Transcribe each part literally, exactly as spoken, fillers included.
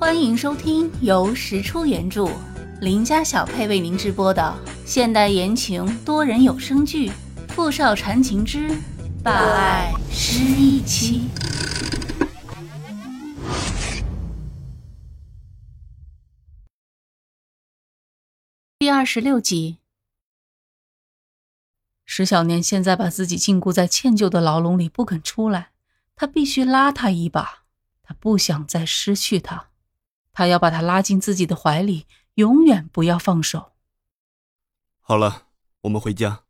欢迎收听由石出原著、林家小配为您直播的现代言情多人有声剧《富少缠情之霸爱失忆妻》第二十六集。石小念现在把自己禁锢在歉疚的牢笼里不肯出来，他必须拉他一把，他不想再失去他，他要把他拉进自己的怀里，永远不要放手。 好了，我们回家。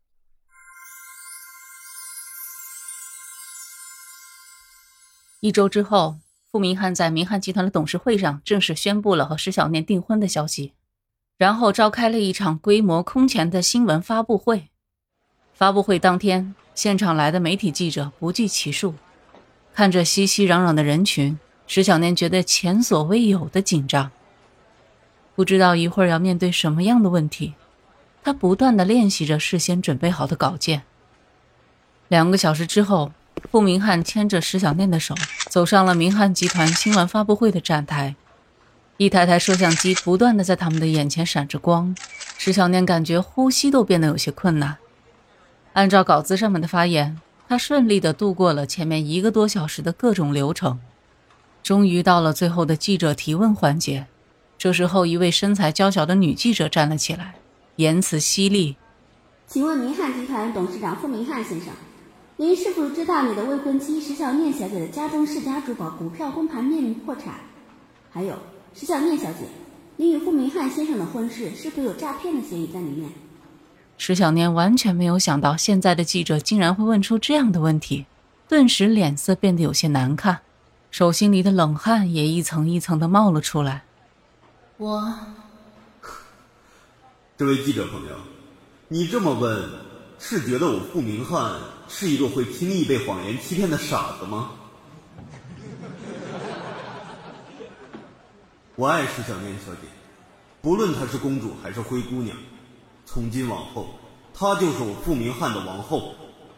一周之后，傅明翰在明翰集团的董事会上正式宣布了和石小念订婚的消息，然后召开了一场规模空前的新闻发布会。发布会当天，现场来的媒体记者不计其数，看着熙熙攘攘的人群，石小念觉得前所未有的紧张，不知道一会儿要面对什么样的问题。他不断地练习着事先准备好的稿件。两个小时之后，傅明翰牵着石小念的手走上了明翰集团新闻发布会的站台，一台台摄像机不断地在他们的眼前闪着光，石小念感觉呼吸都变得有些困难。按照稿子上面的发言，他顺利地度过了前面一个多小时的各种流程，终于到了最后的记者提问环节。这时候一位身材娇小的女记者站了起来，言辞犀利。 请问明翰集团董事长傅明翰先生，您是否知道你的未婚妻石小念小姐的家中世家珠宝股票崩盘面临破产？还有，石小念小姐，您与傅明翰先生的婚事是否有诈骗的嫌疑在里面？ 石小念完全没有想到现在的记者竟然会问出这样的问题，顿时脸色变得有些难看，手心里的冷汗也一层一层的冒了出来。我这位记者朋友，你这么问，是觉得我傅明翰是一个会轻易被谎言欺骗的傻子吗？我爱石小念小姐，不论她是公主还是灰姑娘，从今往后，她就是我傅明翰的王后。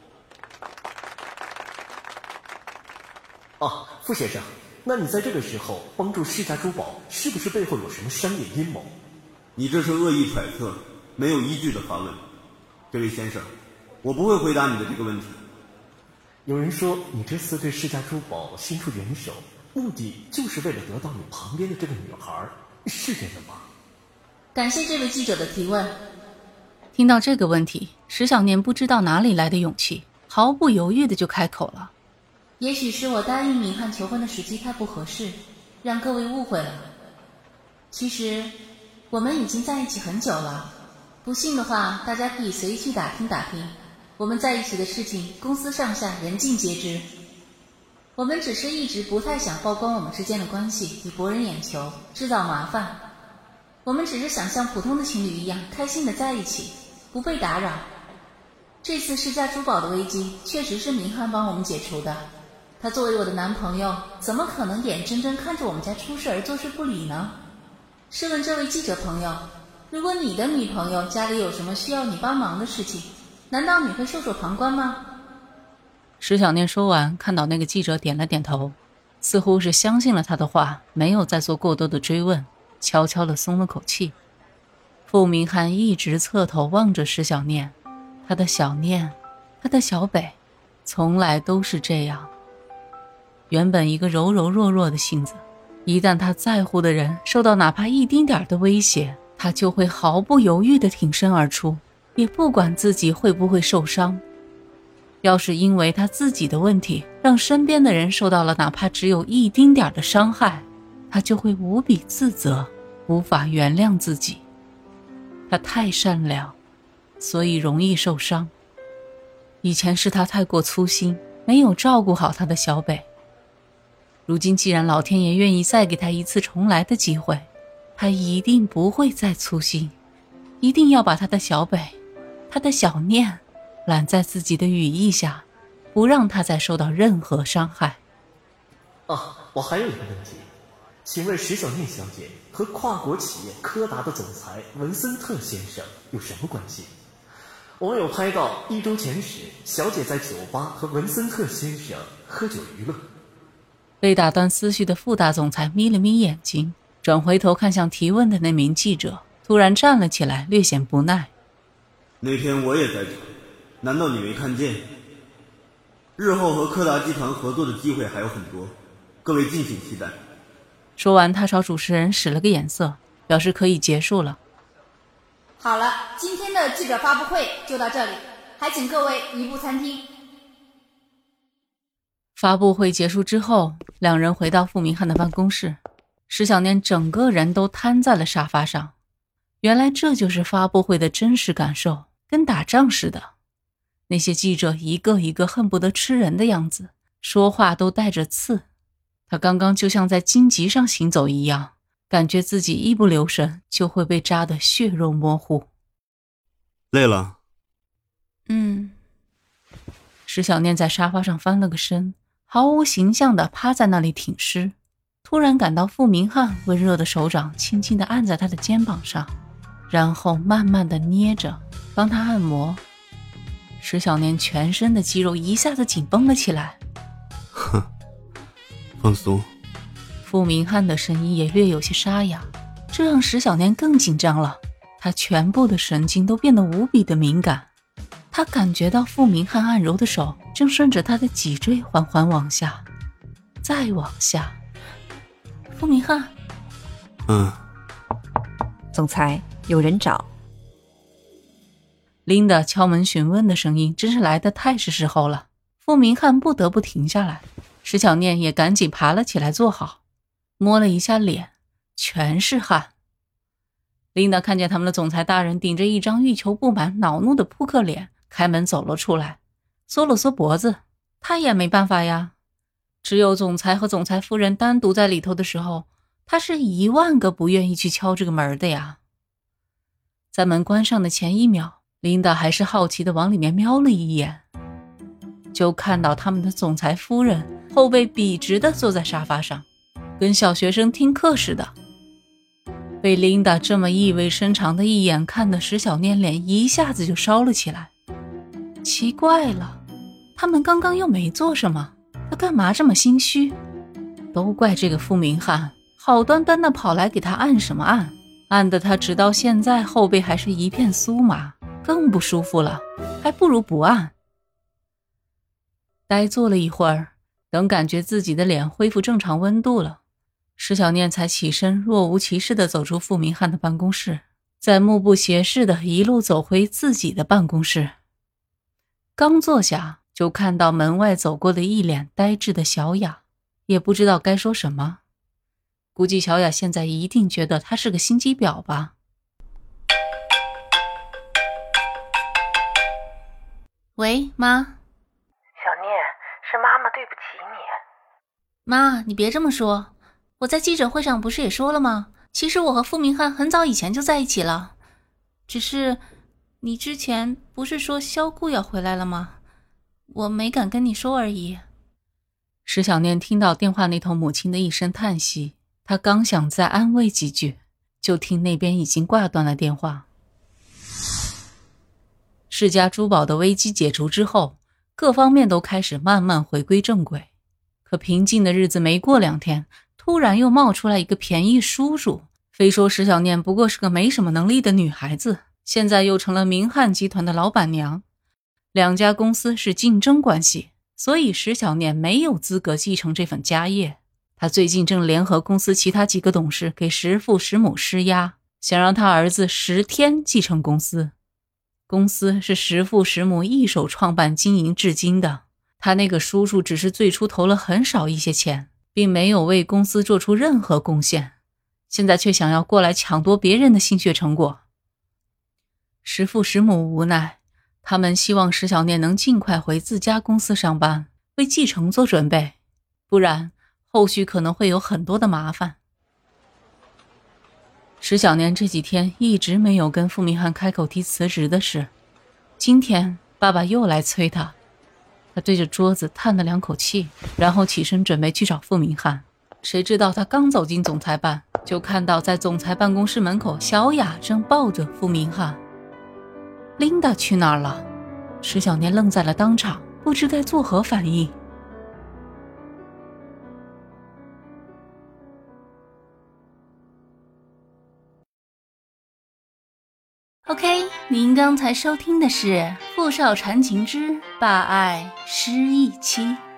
啊，傅先生，那你在这个时候帮助世家珠宝，是不是背后有什么商业阴谋？ 你这是恶意揣测，没有依据的发问。这位先生，我不会回答你的这个问题。 有人说你这次对世家珠宝伸出援手，目的就是为了得到你旁边的这个女孩，是真的吗？ 感谢这位记者的提问。听到这个问题，石小念不知道哪里来的勇气，毫不犹豫的就开口了。也许是我答应明翰求婚的时机太不合适，让各位误会了。其实我们已经在一起很久了，不信的话大家可以随意去打听打听，我们在一起的事情公司上下人尽皆知。我们只是一直不太想曝光我们之间的关系，以博人眼球，制造麻烦。我们只是想像普通的情侣一样开心的在一起，不被打扰。这次世家珠宝的危机确实是明翰帮我们解除的，他作为我的男朋友，怎么可能眼睁睁看着我们家出事而坐视不理呢？试问这位记者朋友，如果你的女朋友家里有什么需要你帮忙的事情，难道你会袖手旁观吗？石小念说完，看到那个记者点了点头，似乎是相信了他的话，没有再做过多的追问，悄悄地松了口气。傅明翰一直侧头望着石小念，他的小念，他的小北，从来都是这样。原本一个柔柔弱弱的性子，一旦他在乎的人受到哪怕一丁点的威胁，他就会毫不犹豫地挺身而出，也不管自己会不会受伤。要是因为他自己的问题让身边的人受到了哪怕只有一丁点的伤害，他就会无比自责，无法原谅自己。他太善良，所以容易受伤。以前是他太过粗心，没有照顾好他的小北。如今既然老天爷愿意再给他一次重来的机会，他一定不会再粗心，一定要把他的小北，他的小念揽在自己的羽翼下，不让他再受到任何伤害。 啊，我还有一个问题，请问石小念小姐和跨国企业柯达的总裁文森特先生有什么关系？网友拍到一周前时，小姐在酒吧和文森特先生喝酒娱乐。 被打断思绪的副大总裁眯了眯眼睛， 转回头看向提问的那名记者，突然站了起来，略显不耐。 那天我也在场，难道你没看见？日后和柯达集团合作的机会还有很多，各位敬请期待。 说完，他朝主持人使了个眼色，表示可以结束了。 好了，今天的记者发布会就到这里，还请各位移步餐厅。 发布会结束之后，两人回到傅明翰的办公室，石小念整个人都瘫在了沙发上。原来这就是发布会的真实感受，跟打仗似的。那些记者一个一个恨不得吃人的样子，说话都带着刺。他刚刚就像在荆棘上行走一样，感觉自己一不留神就会被扎得血肉模糊。 累了？ 嗯。石小念在沙发上翻了个身，毫无形象地趴在那里挺尸，突然感到傅明翰温热的手掌轻轻地按在他的肩膀上，然后慢慢地捏着帮他按摩。石小念全身的肌肉一下子紧绷了起来。 哼，放松。 傅明翰的声音也略有些沙哑，这让石小念更紧张了，他全部的神经都变得无比的敏感。他感觉到傅明翰按揉的手正顺着他的脊椎缓缓往下，再往下。傅明翰。 嗯。 总裁，有人找。 琳达敲门询问的声音真是来得太是时候了，傅明翰不得不停下来，石小念也赶紧爬了起来坐好，摸了一下脸，全是汗。琳达看见他们的总裁大人顶着一张欲求不满恼怒的扑克脸开门走了出来，缩了缩脖子，他也没办法呀，只有总裁和总裁夫人单独在里头的时候，他是一万个不愿意去敲这个门的呀。在门关上的前一秒，琳达还是好奇地往里面瞄了一眼，就看到他们的总裁夫人后背笔直地坐在沙发上，跟小学生听课似的。被琳达这么意味深长的一眼看的石小念脸一下子就烧了起来。奇怪了，他们刚刚又没做什么，他干嘛这么心虚？都怪这个傅明翰，好端端的跑来给他按什么按，按得他直到现在后背还是一片酥麻，更不舒服了，还不如不按。呆坐了一会儿，等感觉自己的脸恢复正常温度了，石小念才起身若无其事地走出傅明翰的办公室，再目不斜视地一路走回自己的办公室。刚坐下就看到门外走过的一脸呆滞的小雅，也不知道该说什么。估计小雅现在一定觉得他是个心机婊吧。喂，妈。 小念，是妈妈对不起你。 妈，你别这么说，我在记者会上不是也说了吗？其实我和傅明翰很早以前就在一起了，只是你之前不是说萧顾要回来了吗？我没敢跟你说而已。石小念听到电话那头母亲的一声叹息，她刚想再安慰几句，就听那边已经挂断了电话。世家珠宝的危机解除之后，各方面都开始慢慢回归正轨。可平静的日子没过两天，突然又冒出来一个便宜叔叔，非说石小念不过是个没什么能力的女孩子，现在又成了明翰集团的老板娘。两家公司是竞争关系，所以石小念没有资格继承这份家业。他最近正联合公司其他几个董事给石父石母施压，想让他儿子石天继承公司。公司是石父石母一手创办经营至今的，他那个叔叔只是最初投了很少一些钱，并没有为公司做出任何贡献，现在却想要过来抢夺别人的心血成果。石父石母无奈，他们希望石小念能尽快回自家公司上班，为继承做准备，不然后续可能会有很多的麻烦。石小念这几天一直没有跟傅明翰开口提辞职的事，今天爸爸又来催他，他对着桌子叹了两口气，然后起身准备去找傅明翰。谁知道他刚走进总裁办，就看到在总裁办公室门口小雅正抱着傅明翰。琳达去哪儿了？石小念愣在了当场，不知该作何反应。 OK， 您刚才收听的是《富少缠情之霸爱失忆妻》。